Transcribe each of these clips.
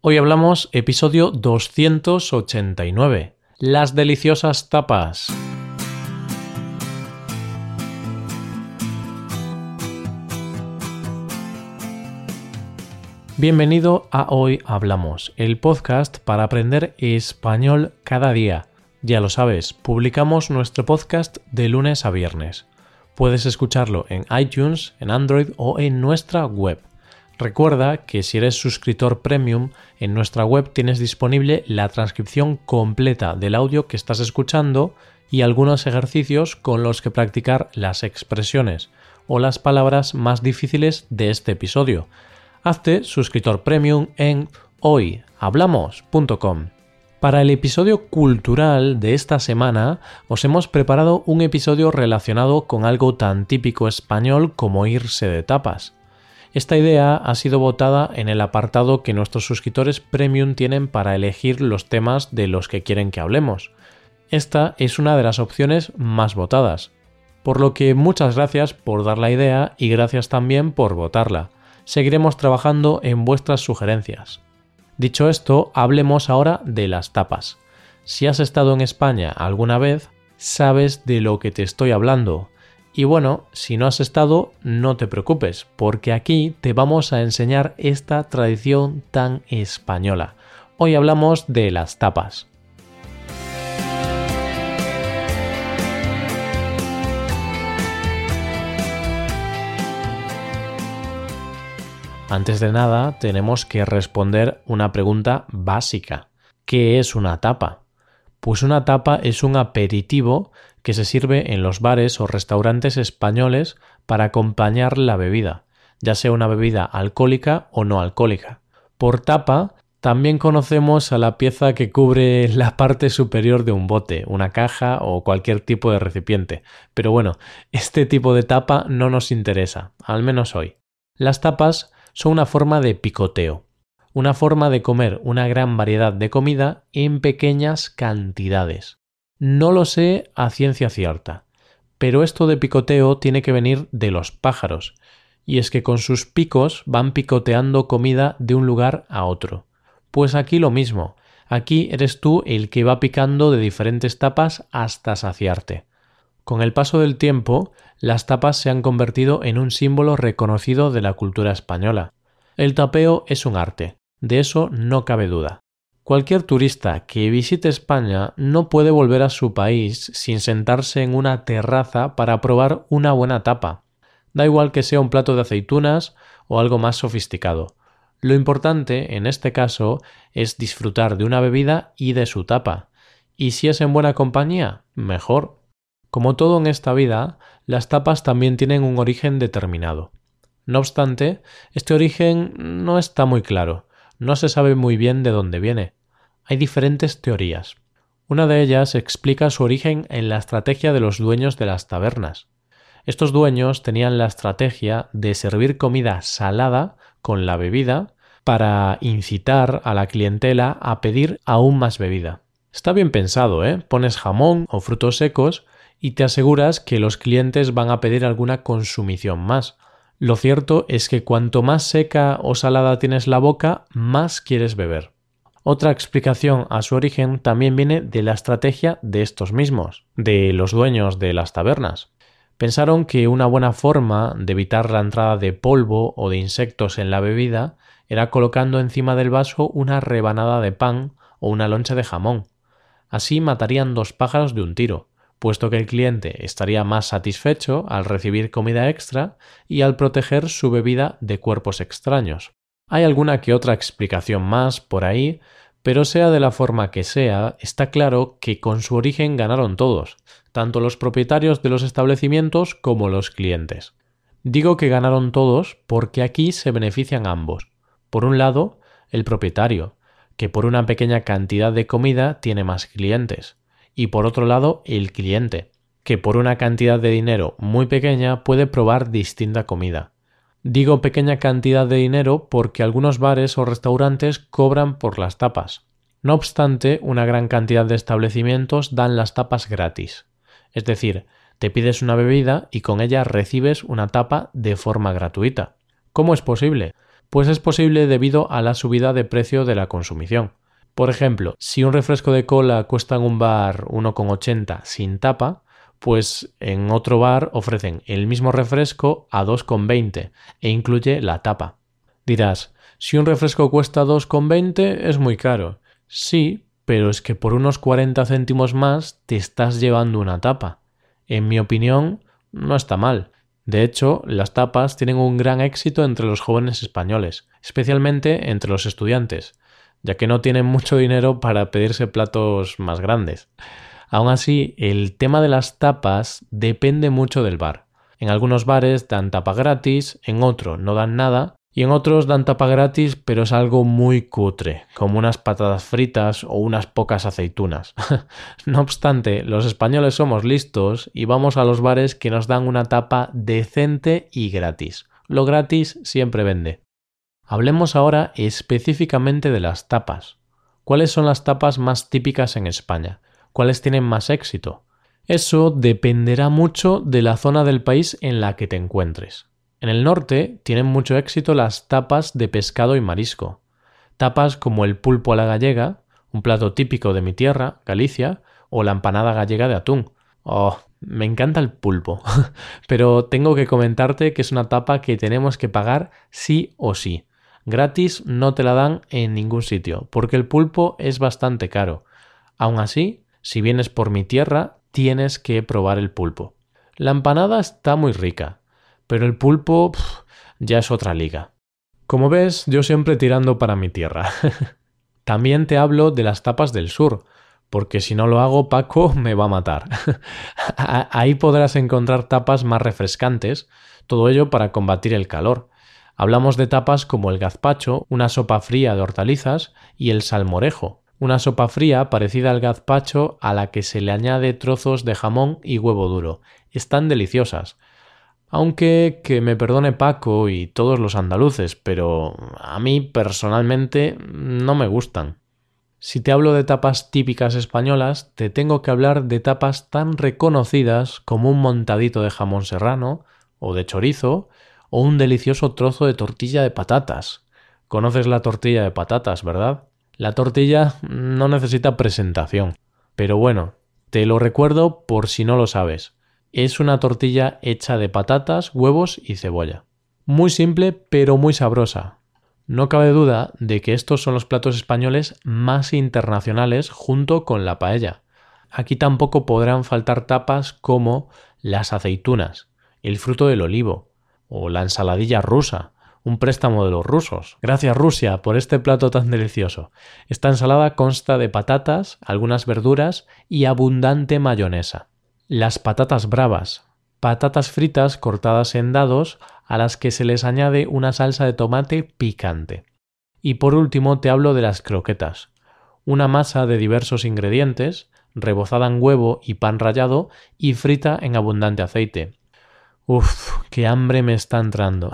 Hoy hablamos episodio 289, las deliciosas tapas. Bienvenido a Hoy Hablamos, el podcast para aprender español cada día. Ya lo sabes, publicamos nuestro podcast de lunes a viernes. Puedes escucharlo en iTunes, en Android o en nuestra web. Recuerda que si eres suscriptor premium, en nuestra web tienes disponible la transcripción completa del audio que estás escuchando y algunos ejercicios con los que practicar las expresiones o las palabras más difíciles de este episodio. Hazte suscriptor premium en hoyhablamos.com. Para el episodio cultural de esta semana os hemos preparado un episodio relacionado con algo tan típico español como irse de tapas. Esta idea ha sido votada en el apartado que nuestros suscriptores premium tienen para elegir los temas de los que quieren que hablemos. Esta es una de las opciones más votadas, por lo que muchas gracias por dar la idea y gracias también por votarla. Seguiremos trabajando en vuestras sugerencias. Dicho esto, hablemos ahora de las tapas. Si has estado en España alguna vez, sabes de lo que te estoy hablando. Y bueno, si no has estado, no te preocupes, porque aquí te vamos a enseñar esta tradición tan española. Hoy hablamos de las tapas. Antes de nada, tenemos que responder una pregunta básica. ¿Qué es una tapa? Pues una tapa es un aperitivo que se sirve en los bares o restaurantes españoles para acompañar la bebida, ya sea una bebida alcohólica o no alcohólica. Por tapa también conocemos a la pieza que cubre la parte superior de un bote, una caja o cualquier tipo de recipiente. Pero bueno, este tipo de tapa no nos interesa, al menos hoy. Las tapas son una forma de picoteo, una forma de comer una gran variedad de comida en pequeñas cantidades. No lo sé a ciencia cierta, pero esto de picoteo tiene que venir de los pájaros, y es que con sus picos van picoteando comida de un lugar a otro. Pues aquí lo mismo, aquí eres tú el que va picando de diferentes tapas hasta saciarte. Con el paso del tiempo, las tapas se han convertido en un símbolo reconocido de la cultura española. El tapeo es un arte, de eso no cabe duda. Cualquier turista que visite España no puede volver a su país sin sentarse en una terraza para probar una buena tapa. Da igual que sea un plato de aceitunas o algo más sofisticado. Lo importante, en este caso, es disfrutar de una bebida y de su tapa. Y si es en buena compañía, mejor. Como todo en esta vida, las tapas también tienen un origen determinado. No obstante, este origen no está muy claro. No se sabe muy bien de dónde viene. Hay diferentes teorías. Una de ellas explica su origen en la estrategia de los dueños de las tabernas. Estos dueños tenían la estrategia de servir comida salada con la bebida para incitar a la clientela a pedir aún más bebida. Está bien pensado, ¿eh? Pones jamón o frutos secos y te aseguras que los clientes van a pedir alguna consumición más. Lo cierto es que cuanto más seca o salada tienes la boca, más quieres beber. Otra explicación a su origen también viene de la estrategia de estos mismos, de los dueños de las tabernas. Pensaron que una buena forma de evitar la entrada de polvo o de insectos en la bebida era colocando encima del vaso una rebanada de pan o una loncha de jamón. Así matarían dos pájaros de un tiro, puesto que el cliente estaría más satisfecho al recibir comida extra y al proteger su bebida de cuerpos extraños. Hay alguna que otra explicación más por ahí, pero sea de la forma que sea, está claro que con su origen ganaron todos, tanto los propietarios de los establecimientos como los clientes. Digo que ganaron todos porque aquí se benefician ambos. Por un lado, el propietario, que por una pequeña cantidad de comida tiene más clientes, y por otro lado, el cliente, que por una cantidad de dinero muy pequeña puede probar distinta comida. Digo pequeña cantidad de dinero porque algunos bares o restaurantes cobran por las tapas. No obstante, una gran cantidad de establecimientos dan las tapas gratis. Es decir, te pides una bebida y con ella recibes una tapa de forma gratuita. ¿Cómo es posible? Pues es posible debido a la subida de precio de la consumición. Por ejemplo, si un refresco de cola cuesta en un bar 1,80 sin tapa, pues en otro bar ofrecen el mismo refresco a 2,20 e incluye la tapa. Dirás, si un refresco cuesta 2,20 es muy caro. Sí, pero es que por unos 40 céntimos más te estás llevando una tapa. En mi opinión, no está mal. De hecho, las tapas tienen un gran éxito entre los jóvenes españoles, especialmente entre los estudiantes, ya que no tienen mucho dinero para pedirse platos más grandes. Aún así, el tema de las tapas depende mucho del bar. En algunos bares dan tapa gratis, en otros no dan nada, y en otros dan tapa gratis, pero es algo muy cutre, como unas patatas fritas o unas pocas aceitunas. No obstante, los españoles somos listos y vamos a los bares que nos dan una tapa decente y gratis. Lo gratis siempre vende. Hablemos ahora específicamente de las tapas. ¿Cuáles son las tapas más típicas en España? ¿Cuáles tienen más éxito? Eso dependerá mucho de la zona del país en la que te encuentres. En el norte tienen mucho éxito las tapas de pescado y marisco. Tapas como el pulpo a la gallega, un plato típico de mi tierra, Galicia, o la empanada gallega de atún. Oh, me encanta el pulpo, pero tengo que comentarte que es una tapa que tenemos que pagar sí o sí. Gratis no te la dan en ningún sitio, porque el pulpo es bastante caro. Aún así, si vienes por mi tierra, tienes que probar el pulpo. La empanada está muy rica, pero el pulpo ya es otra liga. Como ves, yo siempre tirando para mi tierra. También te hablo de las tapas del sur, porque si no lo hago, Paco me va a matar. Ahí podrás encontrar tapas más refrescantes, todo ello para combatir el calor. Hablamos de tapas como el gazpacho, una sopa fría de hortalizas, y el salmorejo, una sopa fría parecida al gazpacho a la que se le añade trozos de jamón y huevo duro. Están deliciosas. Aunque, que me perdone Paco y todos los andaluces, pero a mí personalmente no me gustan. Si te hablo de tapas típicas españolas, te tengo que hablar de tapas tan reconocidas como un montadito de jamón serrano, o de chorizo, o un delicioso trozo de tortilla de patatas. ¿Conoces la tortilla de patatas, verdad? La tortilla no necesita presentación. Pero bueno, te lo recuerdo por si no lo sabes. Es una tortilla hecha de patatas, huevos y cebolla. Muy simple, pero muy sabrosa. No cabe duda de que estos son los platos españoles más internacionales junto con la paella. Aquí tampoco podrán faltar tapas como las aceitunas, el fruto del olivo o la ensaladilla rusa, un préstamo de los rusos. Gracias, Rusia, por este plato tan delicioso. Esta ensalada consta de patatas, algunas verduras y abundante mayonesa. Las patatas bravas, patatas fritas cortadas en dados a las que se les añade una salsa de tomate picante. Y por último te hablo de las croquetas, una masa de diversos ingredientes, rebozada en huevo y pan rallado y frita en abundante aceite. Uf, qué hambre me está entrando.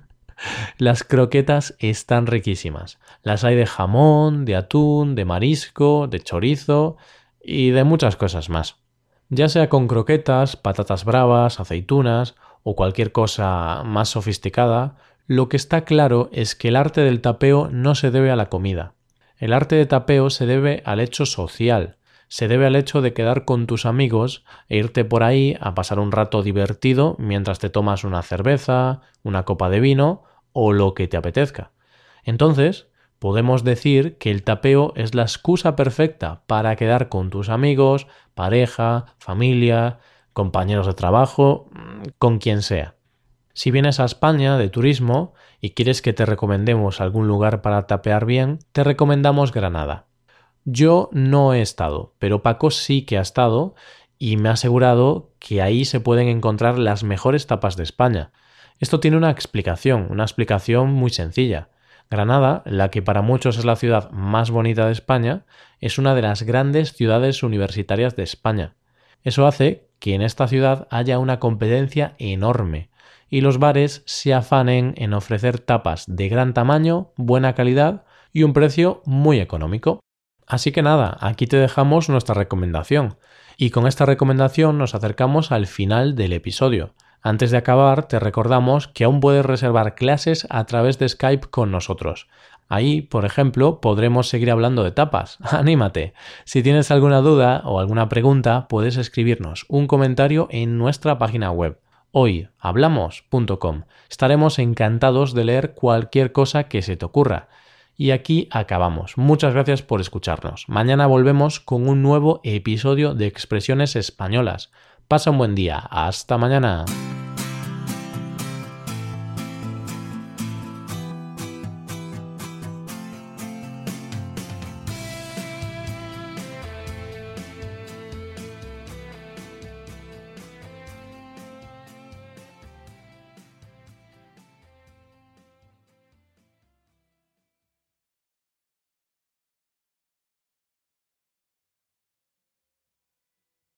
Las croquetas están riquísimas. Las hay de jamón, de atún, de marisco, de chorizo y de muchas cosas más. Ya sea con croquetas, patatas bravas, aceitunas o cualquier cosa más sofisticada, lo que está claro es que el arte del tapeo no se debe a la comida. El arte de tapeo se debe al hecho social, se debe al hecho de quedar con tus amigos e irte por ahí a pasar un rato divertido mientras te tomas una cerveza, una copa de vino o lo que te apetezca. Entonces, podemos decir que el tapeo es la excusa perfecta para quedar con tus amigos, pareja, familia, compañeros de trabajo, con quien sea. Si vienes a España de turismo y quieres que te recomendemos algún lugar para tapear bien, te recomendamos Granada. Yo no he estado, pero Paco sí que ha estado y me ha asegurado que ahí se pueden encontrar las mejores tapas de España. Esto tiene una explicación muy sencilla. Granada, la que para muchos es la ciudad más bonita de España, es una de las grandes ciudades universitarias de España. Eso hace que en esta ciudad haya una competencia enorme y los bares se afanen en ofrecer tapas de gran tamaño, buena calidad y un precio muy económico. Así que nada, aquí te dejamos nuestra recomendación. Y con esta recomendación nos acercamos al final del episodio. Antes de acabar, te recordamos que aún puedes reservar clases a través de Skype con nosotros. Ahí, por ejemplo, podremos seguir hablando de tapas. ¡Anímate! Si tienes alguna duda o alguna pregunta, puedes escribirnos un comentario en nuestra página web hoyhablamos.com. Estaremos encantados de leer cualquier cosa que se te ocurra. Y aquí acabamos. Muchas gracias por escucharnos. Mañana volvemos con un nuevo episodio de Expresiones Españolas. Pasa un buen día. Hasta mañana.